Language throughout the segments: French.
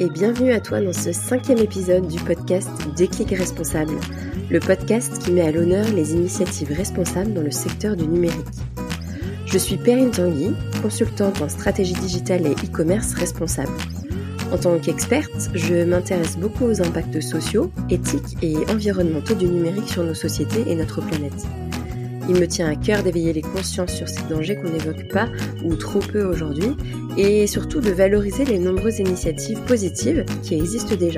et bienvenue à toi dans ce 5e épisode du podcast Déclic Responsable, le podcast qui met à l'honneur les initiatives responsables dans le secteur du numérique. Je suis Perrine Tanguy, consultante en stratégie digitale et e-commerce responsable. En tant qu'experte, je m'intéresse beaucoup aux impacts sociaux, éthiques et environnementaux du numérique sur nos sociétés et notre planète. Il me tient à cœur d'éveiller les consciences sur ces dangers qu'on n'évoque pas ou trop peu aujourd'hui et surtout de valoriser les nombreuses initiatives positives qui existent déjà.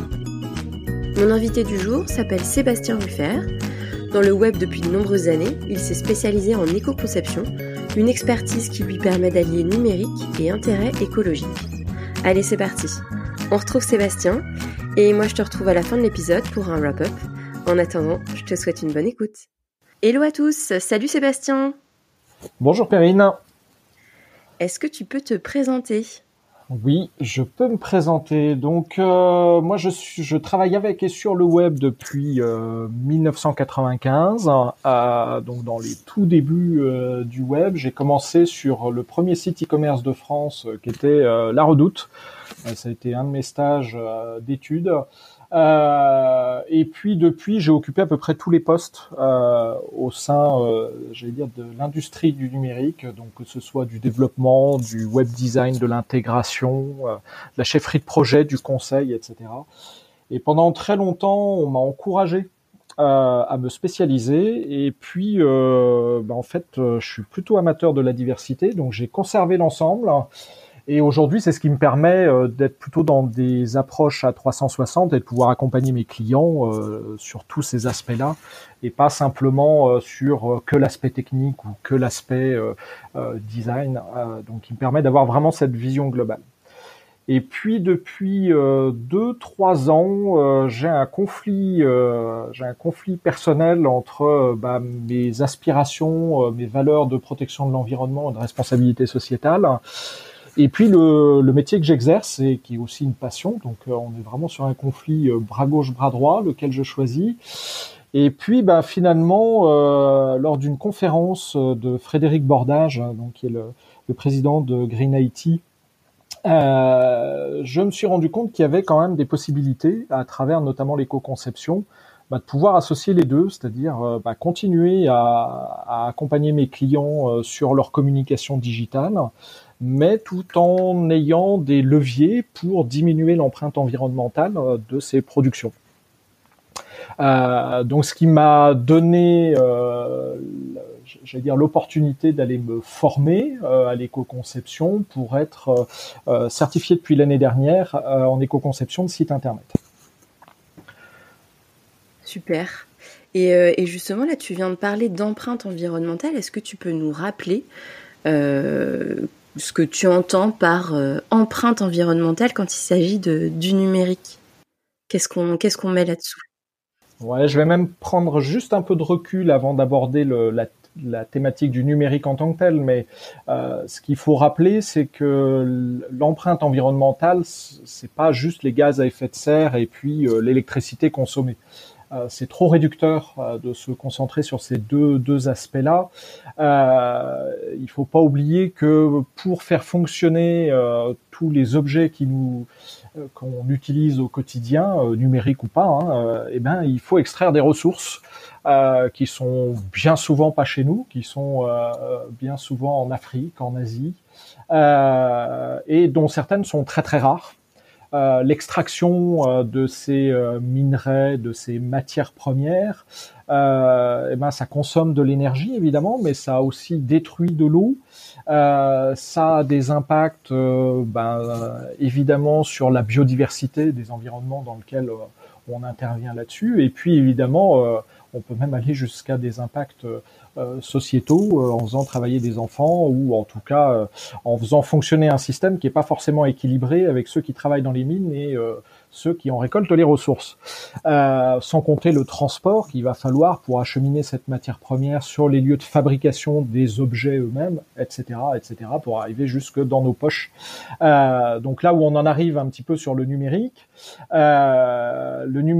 Mon invité du jour s'appelle Sébastien Ruffert. Dans le web depuis de nombreuses années, il s'est spécialisé en éco-conception, une expertise qui lui permet d'allier numérique et intérêt écologique. Allez, c'est parti. On retrouve Sébastien et moi je te retrouve à la fin de l'épisode pour un wrap-up. En attendant, je te souhaite une bonne écoute. Hello à tous, salut Sébastien. Bonjour Perrine. Est-ce que tu peux te présenter ? Oui, je peux me présenter. Donc moi je travaille avec et sur le web depuis 1995. Donc dans les tout débuts du web, j'ai commencé sur le premier site e-commerce de France qui était La Redoute. Ça a été un de mes stages d'études. Et puis depuis, j'ai occupé à peu près tous les postes au sein, j'allais dire, de l'industrie du numérique, donc que ce soit du développement, du web design, de l'intégration, de la chefferie de projet, du conseil, etc. Et pendant très longtemps, on m'a encouragé à me spécialiser. Et puis, en fait, je suis plutôt amateur de la diversité, donc j'ai conservé l'ensemble. Et aujourd'hui, c'est ce qui me permet d'être plutôt dans des approches à 360 et de pouvoir accompagner mes clients sur tous ces aspects-là et pas simplement sur que l'aspect technique ou que l'aspect design. Donc, il me permet d'avoir vraiment cette vision globale. Et puis, depuis 2-3 ans, j'ai un conflit personnel entre mes aspirations, mes valeurs de protection de l'environnement et de responsabilité sociétale. Et puis le métier que j'exerce et qui est aussi une passion, donc on est vraiment sur un conflit bras gauche bras droit, lequel je choisis. Et puis finalement, lors d'une conférence de Frédéric Bordage, donc qui est le président de Green IT, je me suis rendu compte qu'il y avait quand même des possibilités à travers notamment l'éco-conception de pouvoir associer les deux, c'est-à-dire continuer à accompagner mes clients sur leur communication digitale, mais tout en ayant des leviers pour diminuer l'empreinte environnementale de ces productions. Donc ce qui m'a donné j'allais dire l'opportunité d'aller me former à l'éco-conception pour être certifié depuis l'année dernière en éco-conception de site internet. Super. Et justement, là, tu viens de parler d'empreinte environnementale. Est-ce que tu peux nous rappeler ce que tu entends par empreinte environnementale quand il s'agit du numérique ? Qu'est-ce qu'on met là-dessous ? Ouais, je vais même prendre juste un peu de recul avant d'aborder la thématique du numérique en tant que tel, mais ce qu'il faut rappeler, c'est que l'empreinte environnementale, c'est pas juste les gaz à effet de serre et puis l'électricité consommée. C'est trop réducteur de se concentrer sur ces deux aspects-là. Il faut pas oublier que pour faire fonctionner tous les objets qu'on utilise au quotidien, numériques ou pas, il faut extraire des ressources qui sont bien souvent pas chez nous, qui sont bien souvent en Afrique, en Asie, et dont certaines sont très très rares. L'extraction de ces minerais, de ces matières premières, ça consomme de l'énergie évidemment, mais ça aussi détruit de l'eau. Ça a des impacts évidemment sur la biodiversité des environnements dans lesquels on intervient là-dessus. Et puis évidemment, on peut même aller jusqu'à des impacts sociétaux en faisant travailler des enfants ou en tout cas en faisant fonctionner un système qui n'est pas forcément équilibré avec ceux qui travaillent dans les mines et ceux qui en récoltent les ressources. Sans compter le transport qu'il va falloir pour acheminer cette matière première sur les lieux de fabrication des objets eux-mêmes, etc., pour arriver jusque dans nos poches. Donc là où on en arrive un petit peu sur le numérique,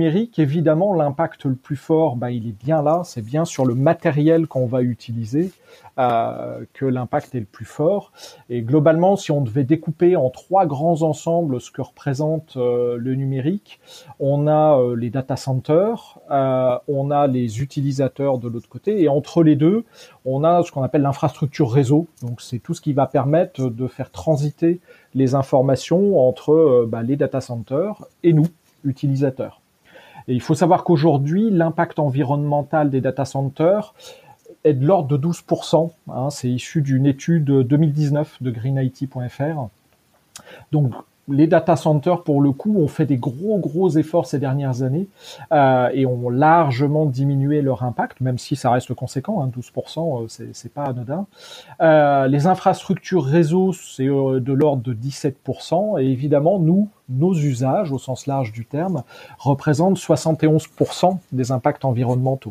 évidemment, l'impact le plus fort, il est bien là, c'est bien sur le matériel qu'on va utiliser. que l'impact est le plus fort. Et globalement, si on devait découper en 3 grands ensembles ce que représente le numérique, on a les data centers, on a les utilisateurs de l'autre côté, et entre les deux, on a ce qu'on appelle l'infrastructure réseau. Donc c'est tout ce qui va permettre de faire transiter les informations entre les data centers et nous, utilisateurs. Et il faut savoir qu'aujourd'hui, l'impact environnemental des data centers est de l'ordre de 12%. C'est issu d'une étude 2019 de greenIT.fr. Donc, les data centers, pour le coup, ont fait des gros efforts ces dernières années et ont largement diminué leur impact, même si ça reste conséquent, 12%, c'est pas anodin. Les infrastructures réseau, c'est de l'ordre de 17%, et évidemment, nos usages, au sens large du terme, représentent 71% des impacts environnementaux.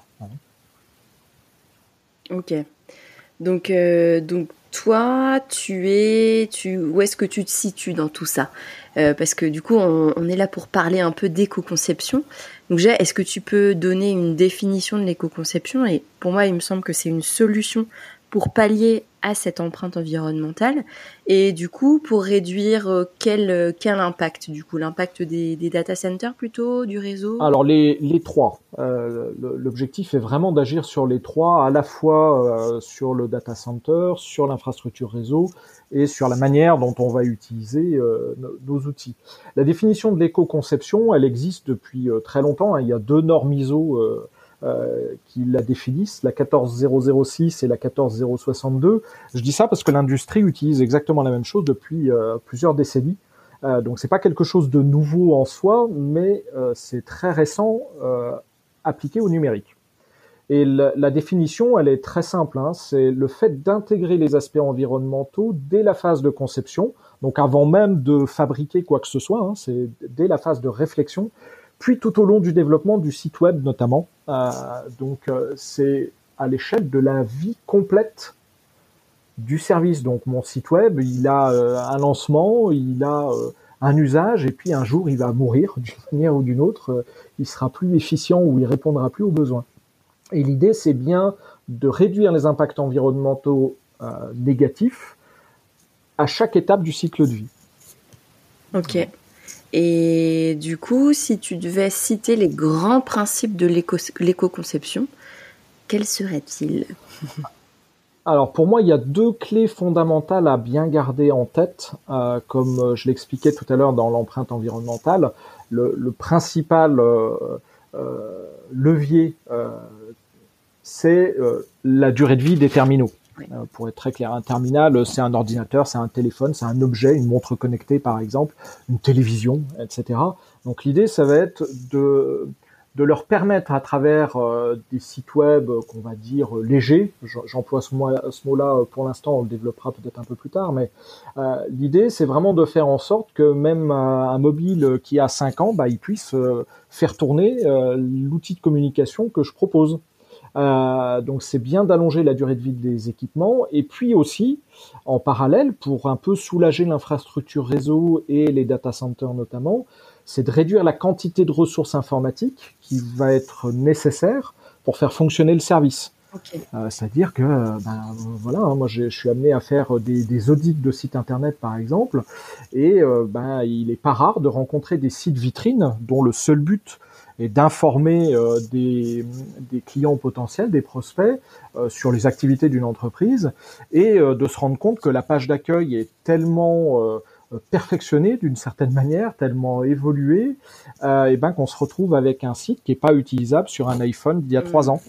Ok. Donc toi, où est-ce que tu te situes dans tout ça? Parce que du coup, on est là pour parler un peu d'éco-conception. Donc déjà, est-ce que tu peux donner une définition de l'éco-conception? Et pour moi, il me semble que c'est une solution pour pallier à cette empreinte environnementale. Et du coup, pour réduire quel impact? Du coup, l'impact des data centers plutôt, du réseau? Alors les 3. L'objectif est vraiment d'agir sur les 3, à la fois sur le data center, sur l'infrastructure réseau et sur la manière dont on va utiliser nos outils. La définition de l'éco-conception, elle existe depuis très longtemps. Il y a 2 normes ISO qui la définissent, la 14006 et la 14062. Je dis ça parce que l'industrie utilise exactement la même chose depuis plusieurs décennies. Donc c'est pas quelque chose de nouveau en soi, mais c'est très récent appliqué au numérique. Et la définition, elle est très simple. C'est le fait d'intégrer les aspects environnementaux dès la phase de conception, donc avant même de fabriquer quoi que ce soit. C'est dès la phase de réflexion, puis tout au long du développement du site web notamment. C'est à l'échelle de la vie complète du service. Donc mon site web, il a un lancement, il a un usage, et puis un jour il va mourir d'une manière ou d'une autre, il sera plus efficient ou il répondra plus aux besoins. Et l'idée, c'est bien de réduire les impacts environnementaux négatifs à chaque étape du cycle de vie. Ok. Et du coup, si tu devais citer les grands principes de l'éco-conception, quels seraient-ils? Alors pour moi, il y a 2 clés fondamentales à bien garder en tête, comme je l'expliquais tout à l'heure dans l'empreinte environnementale. Le principal levier, c'est la durée de vie des terminaux. Oui. Pour être très clair, un terminal, c'est un ordinateur, c'est un téléphone, c'est un objet, une montre connectée par exemple, une télévision, etc. Donc l'idée, ça va être de leur permettre à travers des sites web qu'on va dire légers, j'emploie ce mot-là pour l'instant, on le développera peut-être un peu plus tard, mais l'idée c'est vraiment de faire en sorte que même un mobile qui a 5 ans, il puisse faire tourner l'outil de communication que je propose. Donc c'est bien d'allonger la durée de vie des équipements, et puis aussi en parallèle, pour un peu soulager l'infrastructure réseau et les data centers notamment, c'est de réduire la quantité de ressources informatiques qui va être nécessaire pour faire fonctionner le service. Okay. C'est-à-dire que, moi je suis amené à faire des audits de sites internet par exemple, et il est pas rare de rencontrer des sites vitrines dont le seul but est d'informer des clients potentiels, des prospects, sur les activités d'une entreprise, et de se rendre compte que la page d'accueil est tellement perfectionné d'une certaine manière, tellement évolué, qu'on se retrouve avec un site qui n'est pas utilisable sur un iPhone d'il y a 3 ans.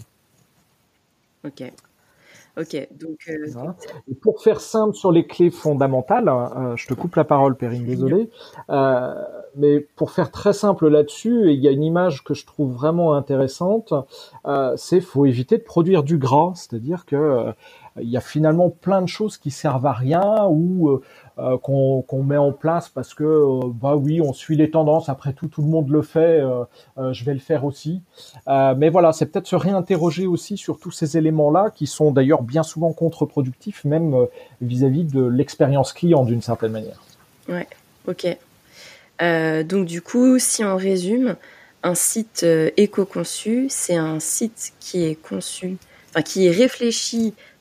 Ok, donc... Voilà. Et pour faire simple sur les clés fondamentales, je te coupe la parole, Perrine, désolé, mais pour faire très simple là-dessus, il y a une image que je trouve vraiment intéressante, c'est faut éviter de produire du gras, c'est-à-dire que il y a finalement plein de choses qui servent à rien ou qu'on met en place parce que on suit les tendances, après tout le monde le fait, je vais le faire aussi. Mais voilà, c'est peut-être se réinterroger aussi sur tous ces éléments-là qui sont d'ailleurs bien souvent contre-productifs, même vis-à-vis de l'expérience client d'une certaine manière. Ouais, ok. Donc du coup, si on résume, un site éco-conçu, c'est un site qui est conçu, qui est réfléchi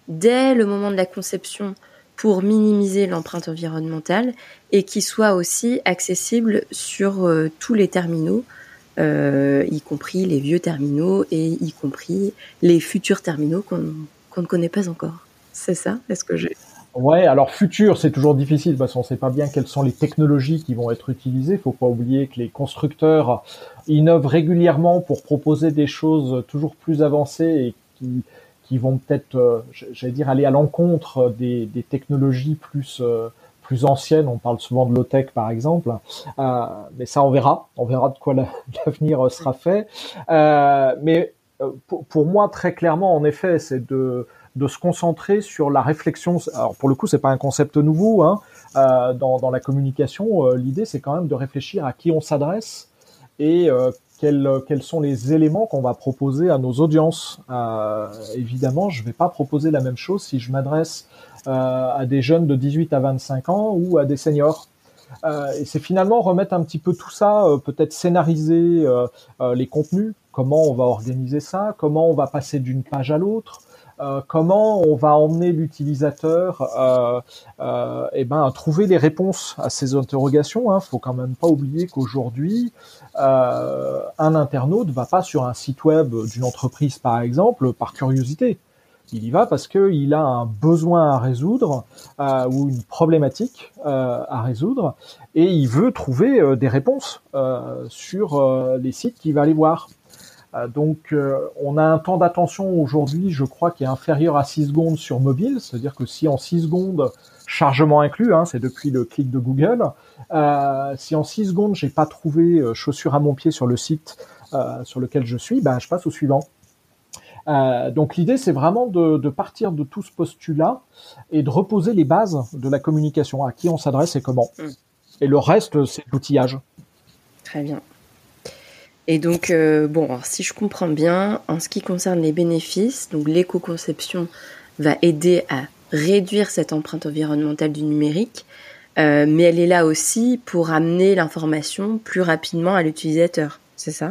dès le moment de la conception pour minimiser l'empreinte environnementale et qui soit aussi accessible sur tous les terminaux, y compris les vieux terminaux et y compris les futurs terminaux qu'on ne connaît pas encore. C'est ça? Est-ce que j'ai... Ouais, alors futur, c'est toujours difficile parce qu'on ne sait pas bien quelles sont les technologies qui vont être utilisées. Il faut pas oublier que les constructeurs innovent régulièrement pour proposer des choses toujours plus avancées et qui vont peut-être, j'allais dire, aller à l'encontre des technologies plus anciennes. On parle souvent de low-tech, par exemple. Mais ça, on verra. On verra de quoi l'avenir sera fait. Mais pour moi, très clairement, en effet, c'est de se concentrer sur la réflexion. Alors pour le coup, c'est pas un concept nouveau hein, dans la communication. L'idée, c'est quand même de réfléchir à qui on s'adresse et quels sont les éléments qu'on va proposer à nos audiences. Évidemment, je vais pas proposer la même chose si je m'adresse à des jeunes de 18 à 25 ans ou à des seniors. Et c'est finalement remettre un petit peu tout ça, peut-être scénariser les contenus, comment on va organiser ça, comment on va passer d'une page à l'autre, comment on va emmener l'utilisateur à trouver les réponses à ces interrogations. Faut quand même pas oublier qu'aujourd'hui, un internaute va pas sur un site web d'une entreprise, par exemple, par curiosité. Il y va parce qu'il a un besoin à résoudre ou une problématique à résoudre et il veut trouver des réponses sur les sites qu'il va aller voir. Donc, on a un temps d'attention aujourd'hui, je crois, qui est inférieur à 6 secondes sur mobile. C'est-à-dire que si en 6 secondes, chargement inclus, c'est depuis le clic de Google, si en 6 secondes, j'ai pas trouvé chaussures à mon pied sur le site sur lequel je suis, je passe au suivant. Donc l'idée, c'est vraiment de partir de tout ce postulat et de reposer les bases de la communication, à qui on s'adresse et comment. Et le reste, c'est l'outillage. Très bien. Et donc, alors, si je comprends bien, en ce qui concerne les bénéfices, donc l'éco-conception va aider à réduire cette empreinte environnementale du numérique, mais elle est là aussi pour amener l'information plus rapidement à l'utilisateur, c'est ça?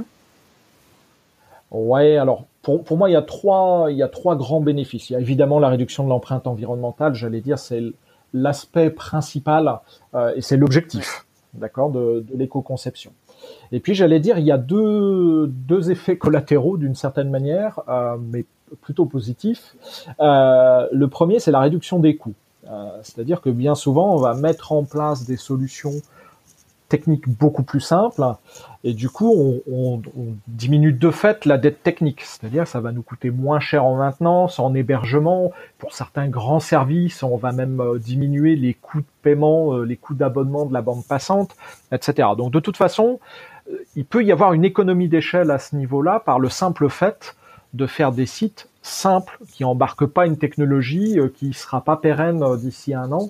Ouais, alors pour moi, il y a trois grands bénéfices. Il y a évidemment la réduction de l'empreinte environnementale, j'allais dire, c'est l'aspect principal et c'est l'objectif, d'accord, de l'éco-conception. Et puis j'allais dire, il y a deux effets collatéraux d'une certaine manière, mais plutôt positifs. Le premier, c'est la réduction des coûts. C'est-à-dire que bien souvent, on va mettre en place des solutions techniques beaucoup plus simples, et du coup, on diminue de fait la dette technique. C'est-à-dire que ça va nous coûter moins cher en maintenance, en hébergement. Pour certains grands services, on va même diminuer les coûts de paiement, les coûts d'abonnement de la bande passante, etc. Donc de toute façon, il peut y avoir une économie d'échelle à ce niveau-là par le simple fait de faire des sites simples qui embarquent pas une technologie qui sera pas pérenne d'ici 1 an.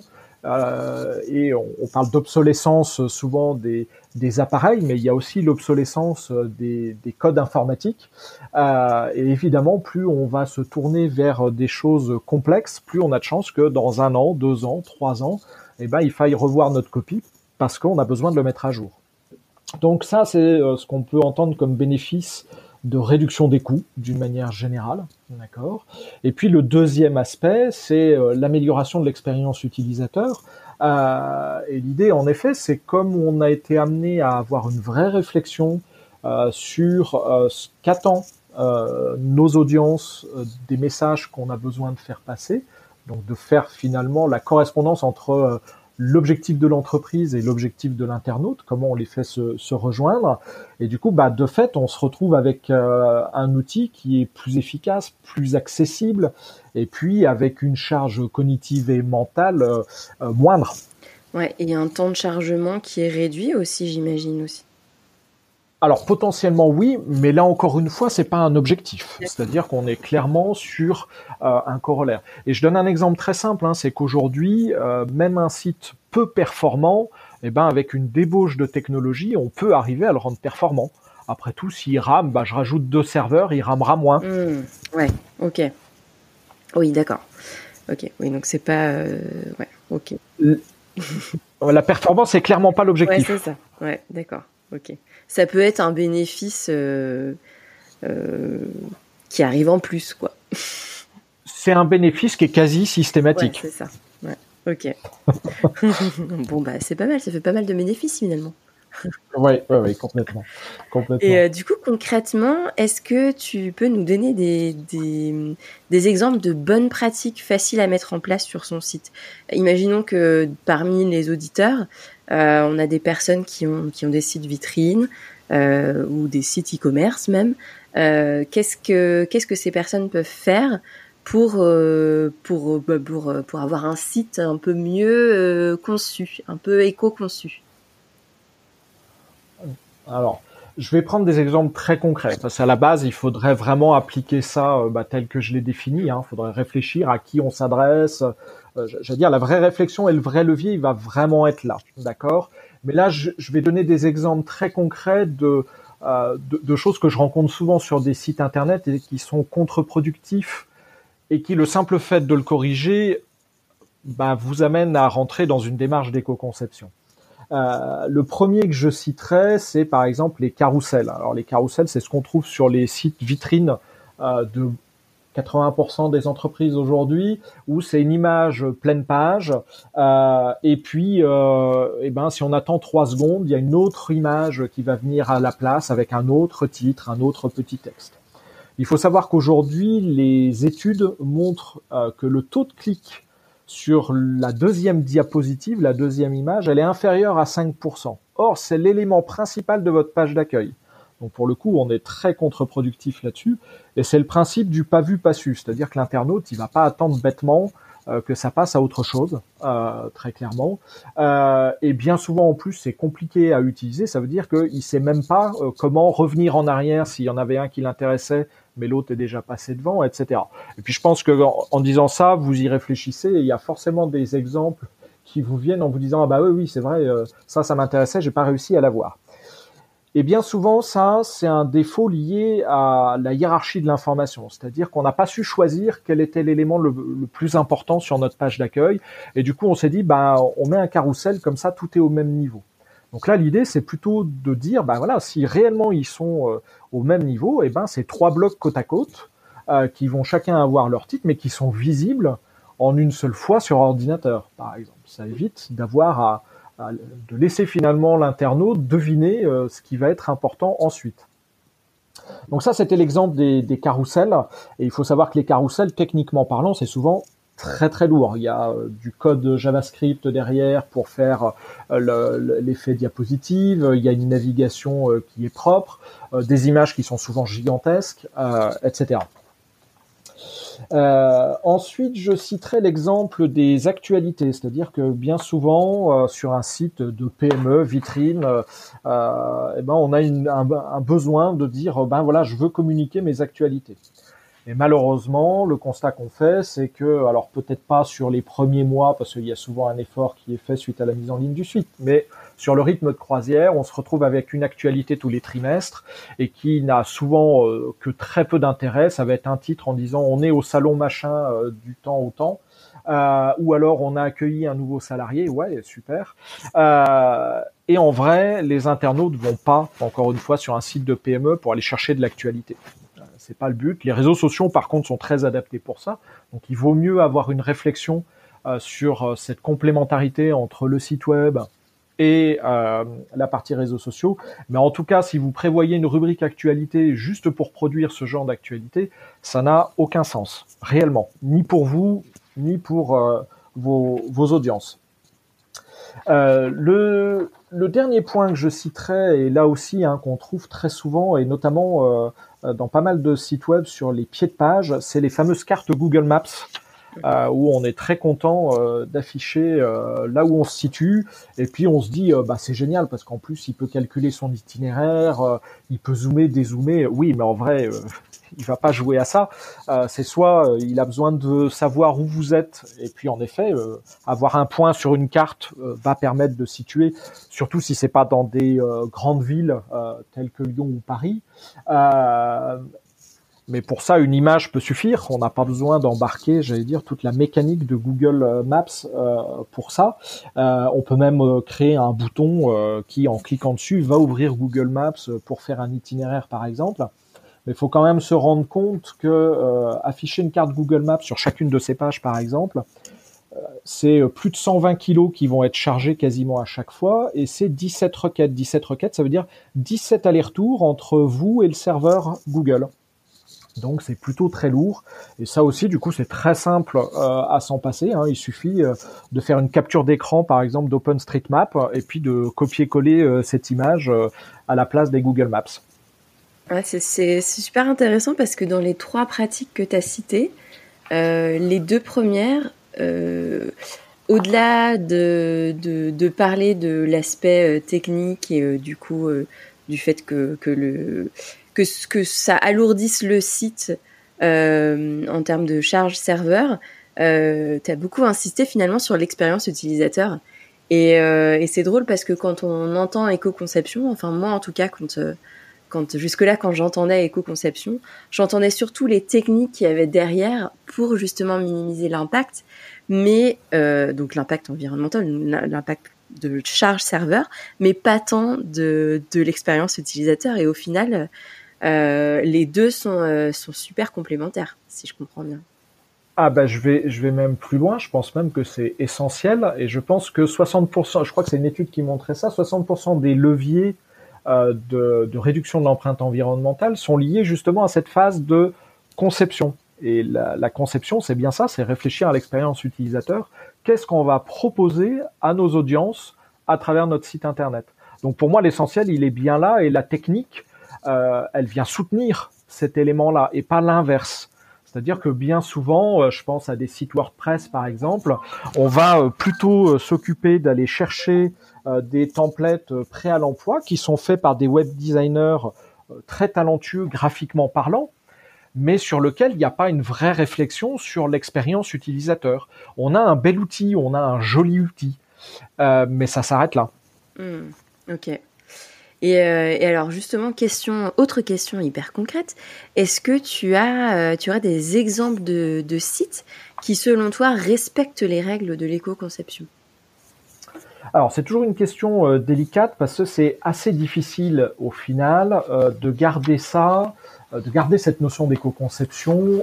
Et on parle d'obsolescence souvent des appareils, mais il y a aussi l'obsolescence des codes informatiques. Et évidemment, plus on va se tourner vers des choses complexes, plus on a de chances que dans 1 an, 2 ans, 3 ans, il faille revoir notre copie parce qu'on a besoin de le mettre à jour. Donc ça, c'est ce qu'on peut entendre comme bénéfice de réduction des coûts d'une manière générale, d'accord. Et puis le deuxième aspect, c'est l'amélioration de l'expérience utilisateur. Et l'idée, en effet, c'est comme on a été amené à avoir une vraie réflexion sur ce qu'attend nos audiences, des messages qu'on a besoin de faire passer, donc de faire finalement la correspondance entre l'objectif de l'entreprise et l'objectif de l'internaute, comment on les fait se rejoindre. Et du coup, de fait, on se retrouve avec un outil qui est plus efficace, plus accessible, et puis avec une charge cognitive et mentale moindre. Ouais, et un temps de chargement qui est réduit aussi, j'imagine aussi. Alors potentiellement oui, mais là encore une fois, c'est pas un objectif. C'est-à-dire qu'on est clairement sur un corollaire. Et je donne un exemple très simple, c'est qu'aujourd'hui, même un site peu performant, avec une débauche de technologie, on peut arriver à le rendre performant. Après tout, s'il rame, je rajoute 2 serveurs, il ramera moins. Ouais, ok. Oui, d'accord. Ok, oui, donc c'est pas... ouais, ok. La performance, c'est clairement pas l'objectif. Ouais, c'est ça. Ouais, d'accord. Ok. Ça peut être un bénéfice qui arrive en plus, quoi. c'est un bénéfice qui est quasi Ouais, systématique. c'est ça. Ouais, ok. Bon, bah, c'est pas mal, ça fait pas mal de bénéfices finalement. Oui, complètement. Et du coup, concrètement, est-ce que tu peux nous donner des exemples de bonnes pratiques faciles à mettre en place sur son site? Imaginons que parmi les auditeurs, on a des personnes qui ont des sites vitrines ou des sites e-commerce même. Qu'est-ce que ces personnes peuvent faire pour avoir un site un peu mieux conçu, un peu éco-conçu? Alors, je vais prendre des exemples très concrets, parce qu'à la base, il faudrait vraiment appliquer ça tel que je l'ai défini. Il faudrait réfléchir à qui on s'adresse. Je veux dire, la vraie réflexion et le vrai levier, il va vraiment être là, d'accord? Mais là, je vais donner des exemples très concrets de choses que je rencontre souvent sur des sites internet et qui sont contre-productifs et qui, le simple fait de le corriger, vous amène à rentrer dans une démarche d'éco-conception. Le premier que je citerai, c'est par exemple les carousels. Alors les carousels, c'est ce qu'on trouve sur les sites vitrines de 80% des entreprises aujourd'hui, où c'est une image pleine page, et puis si on attend 3 secondes, il y a une autre image qui va venir à la place avec un autre titre, un autre petit texte. Il faut savoir qu'aujourd'hui, les études montrent que le taux de clic sur la deuxième diapositive, la deuxième image, elle est inférieure à 5%. Or, c'est l'élément principal de votre page d'accueil. Donc pour le coup, on est très contre-productif là-dessus. Et c'est le principe du pas vu, pas su. C'est-à-dire que l'internaute, il va pas attendre bêtement que ça passe à autre chose, très clairement. Et bien souvent, en plus, c'est compliqué à utiliser. Ça veut dire qu'il sait même pas comment revenir en arrière s'il y en avait un qui l'intéressait, mais l'autre est déjà passé devant, etc. Et puis je pense que en disant ça, vous y réfléchissez et il y a forcément des exemples qui vous viennent en vous disant ah bah oui c'est vrai, ça m'intéressait, j'ai pas réussi à l'avoir. Et bien souvent, ça, c'est un défaut lié à la hiérarchie de l'information. C'est-à-dire qu'on n'a pas su choisir quel était l'élément le plus important sur notre page d'accueil. Et du coup, on s'est dit, on met un carrousel, comme ça, tout est au même niveau. Donc là, l'idée, c'est plutôt de dire, si réellement ils sont au même niveau, c'est 3 blocs côte à côte, qui vont chacun avoir leur titre, mais qui sont visibles en une seule fois sur ordinateur, par exemple. Ça évite d'avoir de laisser finalement l'internaute deviner ce qui va être important ensuite. Donc ça, c'était l'exemple des carousels. Et il faut savoir que les carousels, techniquement parlant, c'est souvent très très lourd. Il y a du code JavaScript derrière pour faire l'effet diapositive. Il y a une navigation qui est propre, des images qui sont souvent gigantesques, etc. Ensuite, je citerai l'exemple des actualités, c'est-à-dire que bien souvent sur un site de PME, vitrine, on a un besoin de dire je veux communiquer mes actualités. Et malheureusement, le constat qu'on fait, c'est que, alors peut-être pas sur les premiers mois, parce qu'il y a souvent un effort qui est fait suite à la mise en ligne du site, mais sur le rythme de croisière, on se retrouve avec une actualité tous les trimestres et qui n'a souvent que très peu d'intérêt. Ça va être un titre en disant on est au salon machin du temps au temps. Ou alors on a accueilli un nouveau salarié, ouais, super. Et en vrai, les internautes vont pas, encore une fois, sur un site de PME pour aller chercher de l'actualité. C'est pas le but. Les réseaux sociaux, par contre, sont très adaptés pour ça. Donc, il vaut mieux avoir une réflexion sur cette complémentarité entre le site web et la partie réseaux sociaux. Mais en tout cas, si vous prévoyez une rubrique actualité juste pour produire ce genre d'actualité, ça n'a aucun sens, réellement, ni pour vous, ni pour vos audiences. Le dernier point que je citerai, et là aussi qu'on trouve très souvent, et notamment dans pas mal de sites web sur les pieds de page, c'est les fameuses cartes Google Maps, où on est très content d'afficher là où on se situe, et puis on se dit c'est génial parce qu'en plus il peut calculer son itinéraire, il peut zoomer, dézoomer. Oui, mais en vrai il va pas jouer à ça. C'est soit il a besoin de savoir où vous êtes, et puis en effet avoir un point sur une carte va permettre de situer, surtout si c'est pas dans des grandes villes telles que Lyon ou Paris. Mais pour ça, une image peut suffire. On n'a pas besoin d'embarquer, toute la mécanique de Google Maps pour ça. On peut même créer un bouton qui, en cliquant dessus, va ouvrir Google Maps pour faire un itinéraire, par exemple. mais il faut quand même se rendre compte que afficher une carte Google Maps sur chacune de ces pages, par exemple, c'est plus de 120 kilos qui vont être chargés quasiment à chaque fois, et c'est 17 requêtes. 17 requêtes, ça veut dire 17 allers-retours entre vous et le serveur Google. Donc c'est plutôt très lourd, et ça aussi du coup c'est très simple à s'en passer, hein. Il suffit de faire une capture d'écran par exemple d'OpenStreetMap et puis de copier-coller cette image à la place des Google Maps. Ouais, c'est super intéressant parce que dans les 3 pratiques que tu as citées, les 2 premières, au-delà de parler de l'aspect technique et du coup du fait que ça alourdisse le site en termes de charge serveur, tu as beaucoup insisté finalement sur l'expérience utilisateur. Et c'est drôle parce que quand on entend éco-conception, enfin moi en tout cas quand jusque-là, quand j'entendais éco-conception, j'entendais surtout les techniques qu'il y avait derrière pour justement minimiser l'impact, mais donc l'impact environnemental, l'impact de charge serveur, mais pas tant de l'expérience utilisateur. Et au final, les deux sont super complémentaires, si je comprends bien. Ah bah je vais même plus loin, je pense même que c'est essentiel, et je pense que 60%, je crois que c'est une étude qui montrait ça, 60% des leviers de réduction de l'empreinte environnementale sont liés justement à cette phase de conception. Et la conception, c'est bien ça, c'est réfléchir à l'expérience utilisateur. Qu'est-ce qu'on va proposer à nos audiences à travers notre site internet? Donc pour moi, l'essentiel, il est bien là, et la technique, elle vient soutenir cet élément-là et pas l'inverse. C'est-à-dire que bien souvent, je pense à des sites WordPress par exemple, on va plutôt s'occuper d'aller chercher des templates prêts à l'emploi qui sont faits par des web designers très talentueux graphiquement parlant, mais sur lequel il n'y a pas une vraie réflexion sur l'expérience utilisateur. On a un bel outil, on a un joli outil, mais ça s'arrête là. Ok. Et alors justement, autre question hyper concrète, est-ce que tu auras des exemples de sites qui, selon toi, respectent les règles de l'éco-conception? Alors c'est toujours une question délicate parce que c'est assez difficile au final de garder cette notion d'éco-conception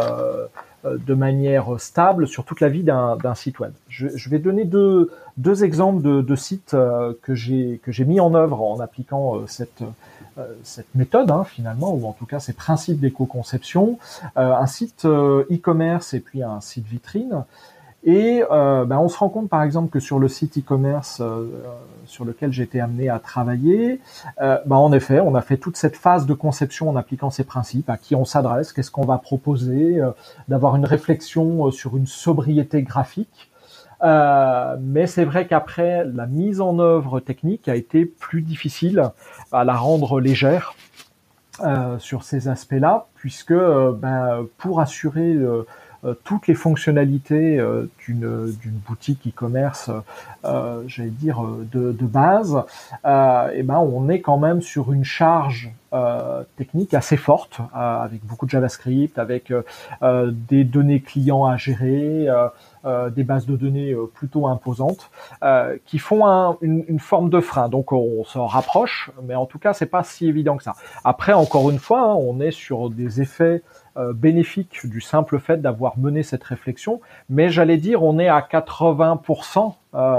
de manière stable sur toute la vie d'un site web. Je vais donner deux exemples de sites que j'ai mis en œuvre en appliquant cette méthode finalement, ou en tout cas ces principes d'éco-conception, un site e-commerce et puis un site vitrine. Et on se rend compte par exemple que sur le site e-commerce sur lequel j'ai été amené à travailler, en effet, on a fait toute cette phase de conception en appliquant ces principes, à qui on s'adresse, qu'est-ce qu'on va proposer, d'avoir une réflexion sur une sobriété graphique. Mais c'est vrai qu'après, la mise en œuvre technique a été plus difficile à la rendre légère sur ces aspects-là, puisque pour assurer toutes les fonctionnalités d'une boutique e-commerce, j'allais dire de base, on est quand même sur une charge technique assez forte, avec beaucoup de JavaScript, avec des données clients à gérer, des bases de données plutôt imposantes, qui font une forme de frein. Donc on s'en rapproche, mais en tout cas c'est pas si évident que ça. Après, encore une fois, on est sur des effets bénéfique du simple fait d'avoir mené cette réflexion, mais j'allais dire on est à 80%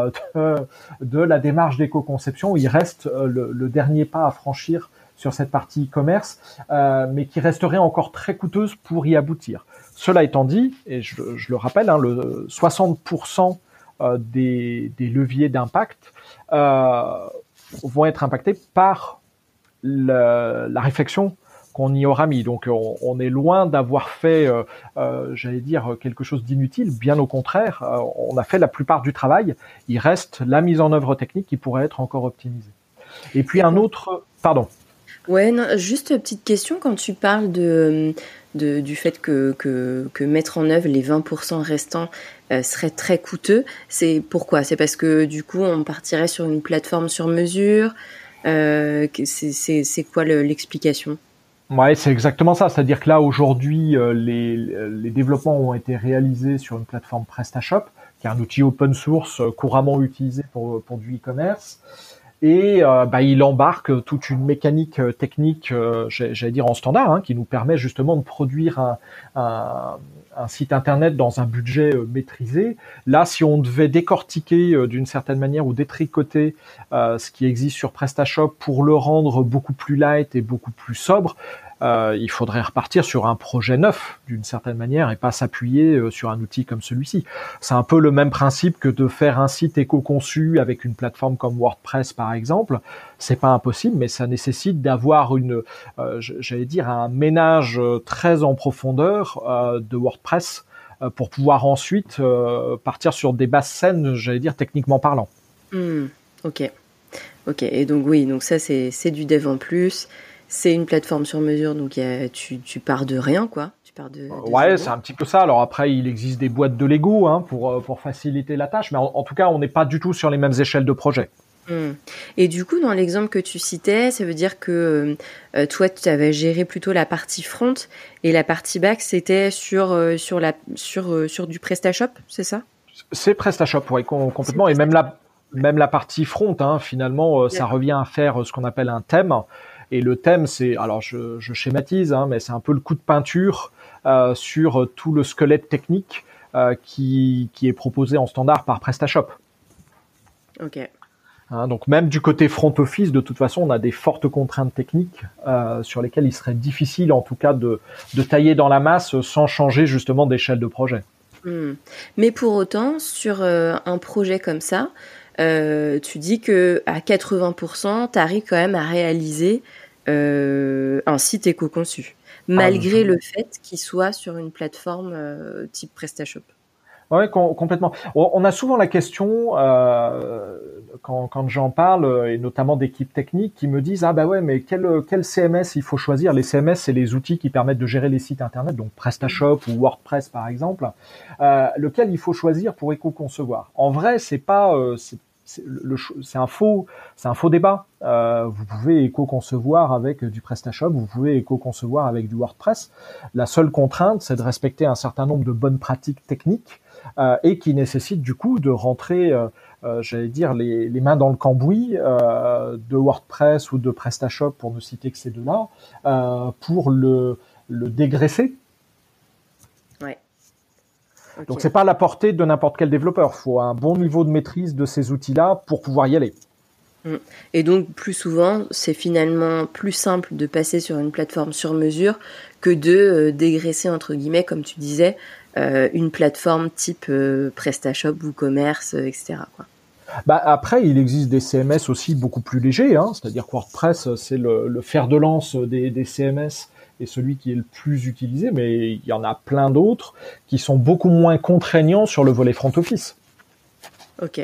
de la démarche d'éco-conception. Il reste le dernier pas à franchir sur cette partie e-commerce, mais qui resterait encore très coûteuse pour y aboutir. Cela étant dit, et je le rappelle, le 60% des leviers d'impact vont être impactés par la réflexion qu'on y aura mis. Donc on est loin d'avoir fait, j'allais dire, quelque chose d'inutile. Bien au contraire, on a fait la plupart du travail. Il reste la mise en œuvre technique qui pourrait être encore optimisée. Et puis un autre... Pardon. Ouais, non, juste petite question, quand tu parles du fait que mettre en œuvre les 20% restants serait très coûteux, c'est pourquoi? C'est parce que du coup on partirait sur une plateforme sur mesure, c'est quoi l'explication? Ouais, c'est exactement ça. C'est-à-dire que là, aujourd'hui, les développements ont été réalisés sur une plateforme PrestaShop, qui est un outil open source couramment utilisé pour du e-commerce. et il embarque toute une mécanique technique, j'allais dire en standard, hein, qui nous permet justement de produire un site internet dans un budget maîtrisé. Là, si on devait décortiquer d'une certaine manière ou détricoter ce qui existe sur PrestaShop pour le rendre beaucoup plus light et beaucoup plus sobre, il faudrait repartir sur un projet neuf d'une certaine manière et pas s'appuyer sur un outil comme celui-ci. C'est un peu le même principe que de faire un site éco-conçu avec une plateforme comme WordPress par exemple. C'est pas impossible, mais ça nécessite d'avoir j'allais dire un ménage très en profondeur de WordPress pour pouvoir ensuite partir sur des bases saines, j'allais dire techniquement parlant. Ok. Et donc oui, donc ça c'est du dev en plus. C'est une plateforme sur mesure, donc tu pars de rien, quoi. Tu pars de ouais, zéro. c'est un petit peu ça. Alors après, il existe des boîtes de Lego hein, pour faciliter la tâche, mais en tout cas, on n'est pas du tout sur les mêmes échelles de projet. Et du coup, dans l'exemple que tu citais, ça veut dire que toi, tu avais géré plutôt la partie front et la partie back, c'était sur du PrestaShop, c'est ça? C'est PrestaShop, ouais, complètement. Et même la partie front, hein, finalement, ça revient à faire ce qu'on appelle un thème. Et le thème, c'est, alors je schématise, hein, mais c'est un peu le coup de peinture sur tout le squelette technique qui est proposé en standard par PrestaShop. Ok. Hein, donc même du côté front office, de toute façon, on a des fortes contraintes techniques sur lesquelles il serait difficile, en tout cas, de tailler dans la masse sans changer justement d'échelle de projet. Mais pour autant, sur un projet comme ça, tu dis que à 80%, tu arrives quand même à réaliser un site éco-conçu, malgré le fait qu'il soit sur une plateforme type PrestaShop. Ouais, complètement. On a souvent la question quand j'en parle, et notamment d'équipes techniques, qui me disent mais quel CMS il faut choisir. Les CMS, c'est les outils qui permettent de gérer les sites internet, donc PrestaShop ou WordPress par exemple. Lequel il faut choisir pour éco-concevoir. En vrai, c'est un faux débat. Vous pouvez éco-concevoir avec du PrestaShop, vous pouvez éco-concevoir avec du WordPress. La seule contrainte, c'est de respecter un certain nombre de bonnes pratiques techniques et qui nécessite du coup de rentrer, j'allais dire, les mains dans le cambouis de WordPress ou de PrestaShop, pour ne citer que ces deux-là, pour le dégraisser. Ouais. Okay. Donc c'est pas à la portée de n'importe quel développeur. Il faut un bon niveau de maîtrise de ces outils-là pour pouvoir y aller. Et donc plus souvent, c'est finalement plus simple de passer sur une plateforme sur mesure que de dégraisser, entre guillemets, comme tu disais, une plateforme type PrestaShop, WooCommerce, etc. quoi. Après, il existe des CMS aussi beaucoup plus légers, hein, c'est-à-dire que WordPress, c'est le fer de lance des CMS et celui qui est le plus utilisé, mais il y en a plein d'autres qui sont beaucoup moins contraignants sur le volet front office. Ok.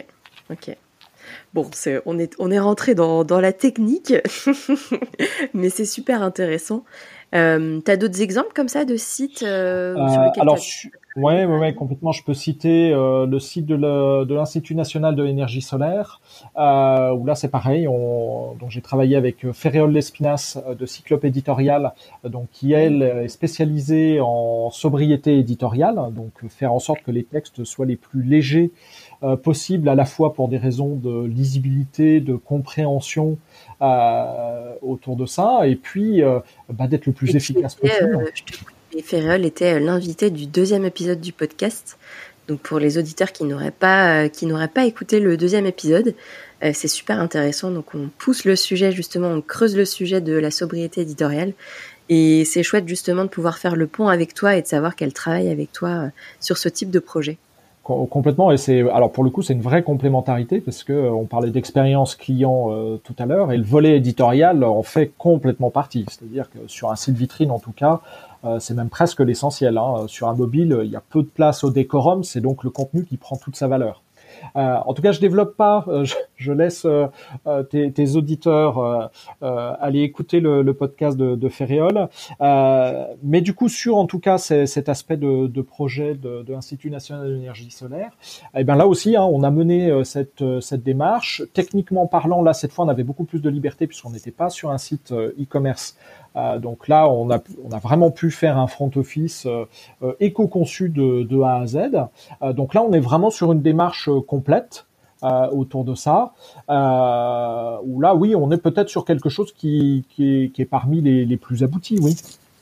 Bon, on est rentré dans la technique, mais c'est super intéressant. T'as d'autres exemples comme ça de sites sur lesquels Ouais, complètement. Je peux citer le site de l'Institut national de l'énergie solaire, où là c'est pareil. Donc j'ai travaillé avec Ferréol Lespinasse de Cyclope Éditorial, donc qui elle est spécialisée en sobriété éditoriale, donc faire en sorte que les textes soient les plus légers possibles, à la fois pour des raisons de lisibilité, de compréhension autour de ça, et puis d'être le plus efficace possible. Et Ferréol était l'invité du 2e épisode du podcast. Donc pour les auditeurs qui n'auraient pas écouté le 2e épisode, c'est super intéressant. Donc on pousse le sujet justement, on creuse le sujet de la sobriété éditoriale. Et c'est chouette justement de pouvoir faire le pont avec toi et de savoir qu'elle travaille avec toi sur ce type de projet. Complètement, et alors pour le coup c'est une vraie complémentarité parce que on parlait d'expérience client tout à l'heure, et le volet éditorial en fait complètement partie. C'est-à-dire que sur un site vitrine en tout cas, c'est même presque l'essentiel. Hein. Sur un mobile, il y a peu de place au décorum, c'est donc le contenu qui prend toute sa valeur. En tout cas, je développe pas. Je laisse tes auditeurs aller écouter le podcast de Ferréol. Mais du coup, sur en tout cas cet aspect de projet de l'Institut national de l'énergie solaire, et ben là aussi, hein, on a mené cette démarche. Techniquement parlant, là cette fois, on avait beaucoup plus de liberté puisqu'on n'était pas sur un site e-commerce. Donc là, on a vraiment pu faire un front office éco-conçu de A à Z. Donc là, on est vraiment sur une démarche complète autour de ça. Où là, oui, on est peut-être sur quelque chose qui est parmi les plus aboutis, oui.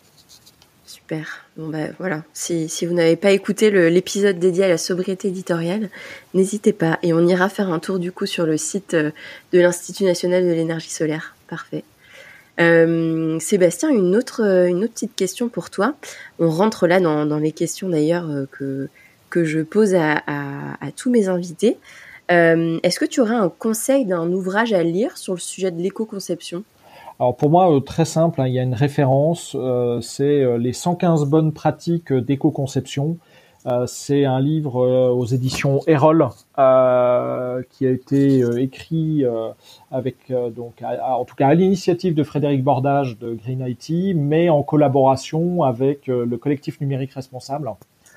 Super. Bon voilà. Si vous n'avez pas écouté l'épisode dédié à la sobriété éditoriale, n'hésitez pas et on ira faire un tour du coup sur le site de l'Institut national de l'énergie solaire. Parfait. Sébastien, une autre petite question pour toi. On rentre là dans les questions d'ailleurs que je pose à tous mes invités. Est-ce que tu aurais un conseil d'un ouvrage à lire sur le sujet de l'éco-conception ? Alors pour moi, très simple, il y a une référence, c'est les 115 bonnes pratiques d'éco-conception. C'est un livre aux éditions Erol qui a été écrit avec en tout cas à l'initiative de Frédéric Bordage de Green IT, mais en collaboration avec le collectif numérique responsable.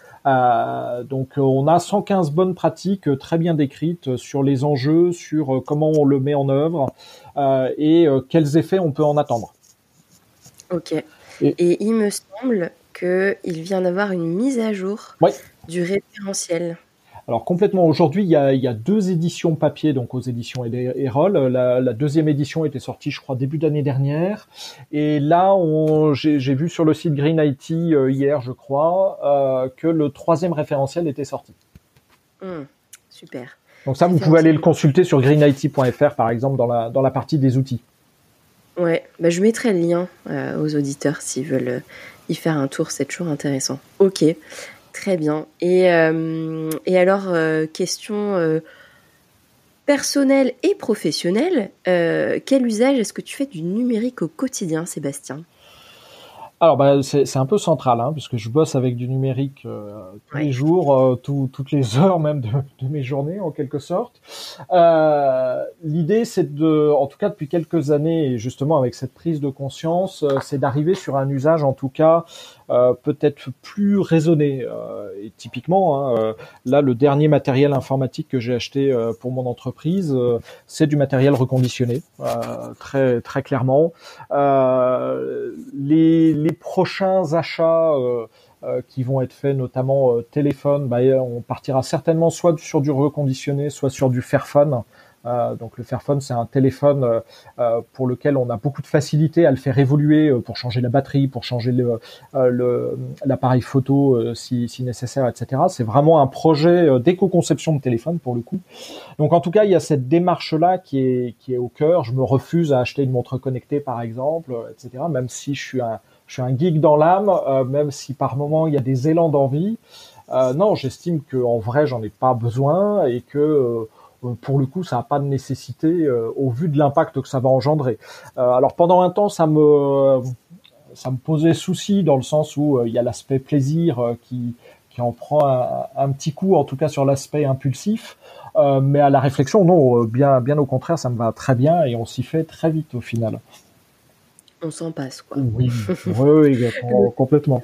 Donc on a 115 bonnes pratiques très bien décrites sur les enjeux, sur comment on le met en œuvre et quels effets on peut en attendre. Ok. Et il me semble qu'il vient d'avoir une mise à jour du référentiel. Alors complètement. Aujourd'hui, il y a 2 éditions papier, donc aux éditions Erol. La deuxième édition était sortie, je crois, début d'année dernière. Et là, j'ai vu sur le site Green IT hier, je crois, que le 3e référentiel était sorti. Super. Donc ça, vous pouvez aller le consulter sur greenit.fr, par exemple, dans la partie des outils. Ouais, je mettrai le lien aux auditeurs s'ils veulent y faire un tour. C'est toujours intéressant. Ok. Très bien. Et alors, question personnelle et professionnelle, quel usage est-ce que tu fais du numérique au quotidien, Sébastien ? Alors c'est un peu central, puisque je bosse avec du numérique tous les jours, toutes les heures même de mes journées en quelque sorte. L'idée c'est en tout cas depuis quelques années, et justement avec cette prise de conscience, c'est d'arriver sur un usage en tout cas peut-être plus raisonné. Et typiquement, là le dernier matériel informatique que j'ai acheté pour mon entreprise, c'est du matériel reconditionné, très très clairement. Les prochains achats qui vont être faits, notamment téléphone, on partira certainement soit sur du reconditionné, soit sur du Fairphone. Donc le Fairphone, c'est un téléphone pour lequel on a beaucoup de facilité à le faire évoluer pour changer la batterie, pour changer l'appareil photo si nécessaire, etc. C'est vraiment un projet d'éco-conception de téléphone pour le coup. Donc en tout cas, il y a cette démarche-là qui est au cœur. Je me refuse à acheter une montre connectée, par exemple, etc. Même si je suis un geek dans l'âme, même si par moment il y a des élans d'envie. Non, j'estime que en vrai, j'en ai pas besoin et que pour le coup, ça n'a pas de nécessité au vu de l'impact que ça va engendrer. Alors pendant un temps, ça me posait souci dans le sens où il y a l'aspect plaisir qui en prend un petit coup, en tout cas sur l'aspect impulsif. Mais à la réflexion, non, bien au contraire, ça me va très bien et on s'y fait très vite au final. On s'en passe, quoi. Oui, complètement.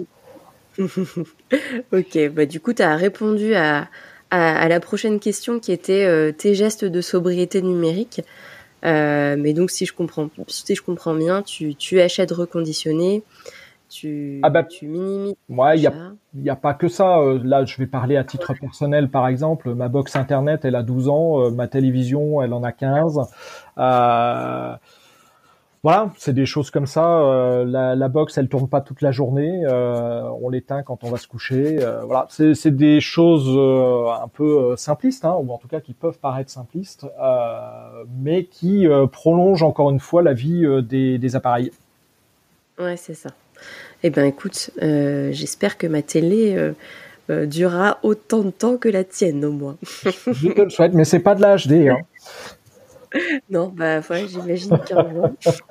Ok, du coup, tu as répondu à la prochaine question qui était tes gestes de sobriété numérique. Mais donc, si je comprends bien, tu achètes reconditionné, tu minimises. Ouais, il y a pas que ça. Là, je vais parler à titre personnel, par exemple. Ma box internet, elle a 12 ans. Ma télévision, elle en a 15. Voilà, c'est des choses comme ça. La box, elle tourne pas toute la journée. On l'éteint quand on va se coucher. Voilà, c'est des choses un peu simplistes, ou en tout cas qui peuvent paraître simplistes, mais qui prolongent encore une fois la vie des appareils. Ouais, c'est ça. Eh ben, écoute, j'espère que ma télé durera autant de temps que la tienne, au moins. Je te le souhaite, mais c'est pas de la HD. Non, j'imagine qu'un jour.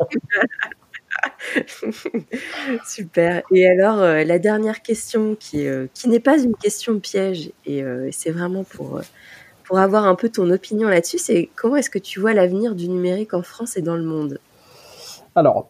Super. Et alors, la dernière question qui n'est pas une question piège, et c'est vraiment pour avoir un peu ton opinion là-dessus, c'est comment est-ce que tu vois l'avenir du numérique en France et dans le monde ? Alors,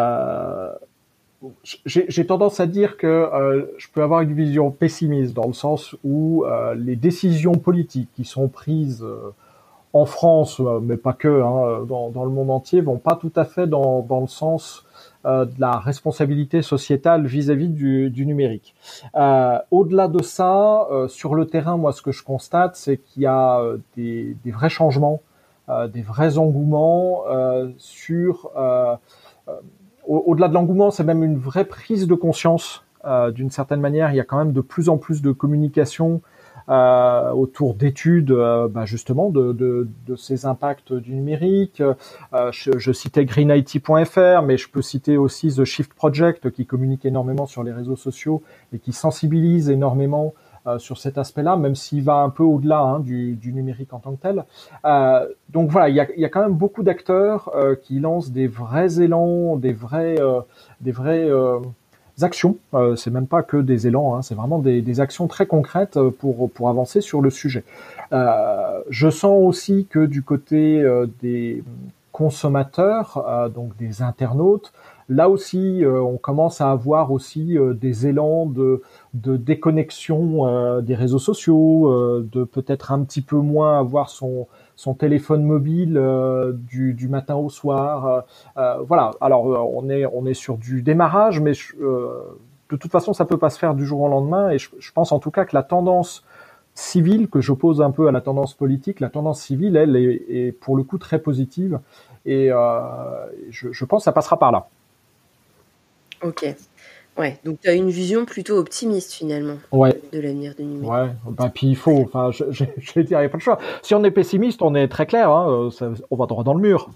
j'ai tendance à dire que je peux avoir une vision pessimiste dans le sens où les décisions politiques qui sont prises en France, mais pas que, hein, dans le monde entier, vont pas tout à fait dans le sens de la responsabilité sociétale vis-à-vis du numérique. Au-delà de ça, sur le terrain, moi, ce que je constate, c'est qu'il y a des vrais changements, des vrais engouements sur... au-delà de l'engouement, c'est même une vraie prise de conscience. D'une certaine manière, il y a quand même de plus en plus de communication autour d'études justement de ces impacts du numérique. Je citais greenIT.fr, mais je peux citer aussi The Shift Project qui communique énormément sur les réseaux sociaux et qui sensibilise énormément sur cet aspect-là, même s'il va un peu au-delà du numérique en tant que tel. Donc voilà, il y a quand même beaucoup d'acteurs qui lancent des vrais élans, des vraies actions. C'est même pas que des élans, hein, c'est vraiment des actions très concrètes pour avancer sur le sujet. Je sens aussi que du côté des consommateurs, donc des internautes, là aussi, on commence à avoir aussi des élans de déconnexion des réseaux sociaux, de peut-être un petit peu moins avoir son téléphone mobile du matin au soir. Voilà. Alors on est sur du démarrage, mais de toute façon, ça peut pas se faire du jour au lendemain. Et je pense en tout cas que la tendance civile, que j'oppose un peu à la tendance politique, la tendance civile, elle, est pour le coup très positive. Et je pense que ça passera par là. Ok. Ouais, donc tu as une vision plutôt optimiste finalement de l'avenir du numérique. Ouais, puis il faut, enfin, je vais dire, il n'y a pas de choix. Si on est pessimiste, on est très clair, hein, on va droit dans le mur.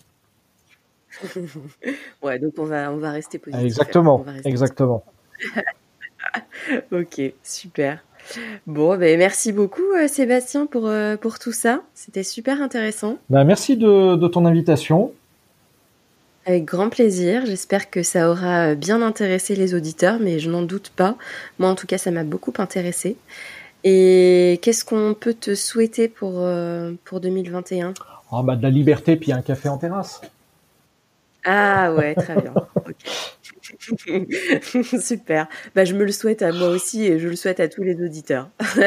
Ouais, donc on va rester positif. Exactement, exactement. Ok, super. Bon, merci beaucoup Sébastien pour tout ça. C'était super intéressant. Merci de ton invitation. Avec grand plaisir. J'espère que ça aura bien intéressé les auditeurs, mais je n'en doute pas. Moi, en tout cas, ça m'a beaucoup intéressé. Et qu'est-ce qu'on peut te souhaiter pour 2021 ? De la liberté, puis un café en terrasse. Ah ouais, très bien. Okay. Super. Je me le souhaite à moi aussi et je le souhaite à tous les auditeurs.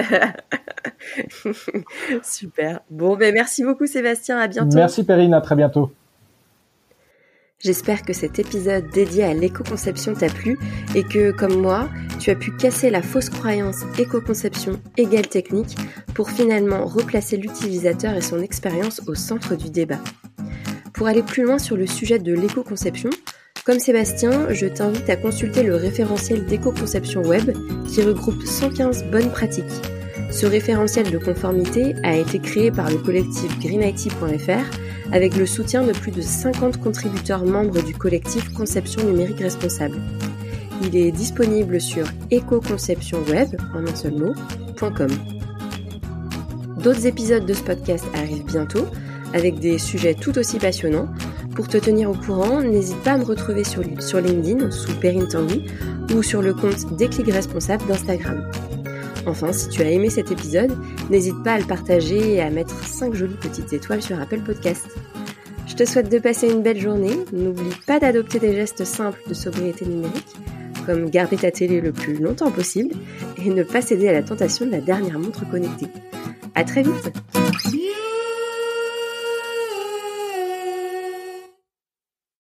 Super. Bon, merci beaucoup Sébastien. À bientôt. Merci Perrine, à très bientôt. J'espère que cet épisode dédié à l'éco-conception t'a plu et que, comme moi, tu as pu casser la fausse croyance éco-conception égale technique pour finalement replacer l'utilisateur et son expérience au centre du débat. Pour aller plus loin sur le sujet de l'éco-conception, comme Sébastien, je t'invite à consulter le référentiel d'éco-conception web qui regroupe 115 bonnes pratiques. Ce référentiel de conformité a été créé par le collectif greenIT.fr avec le soutien de plus de 50 contributeurs membres du collectif Conception numérique responsable. Il est disponible sur ecoconceptionweb, en un seul mot.com. D'autres épisodes de ce podcast arrivent bientôt, avec des sujets tout aussi passionnants. Pour te tenir au courant, n'hésite pas à me retrouver sur LinkedIn sous Perrine Tanguy ou sur le compte Déclic Responsable d'Instagram. Enfin, si tu as aimé cet épisode, n'hésite pas à le partager et à mettre 5 jolies petites étoiles sur Apple Podcast. Je te souhaite de passer une belle journée. N'oublie pas d'adopter des gestes simples de sobriété numérique, comme garder ta télé le plus longtemps possible et ne pas céder à la tentation de la dernière montre connectée. À très vite!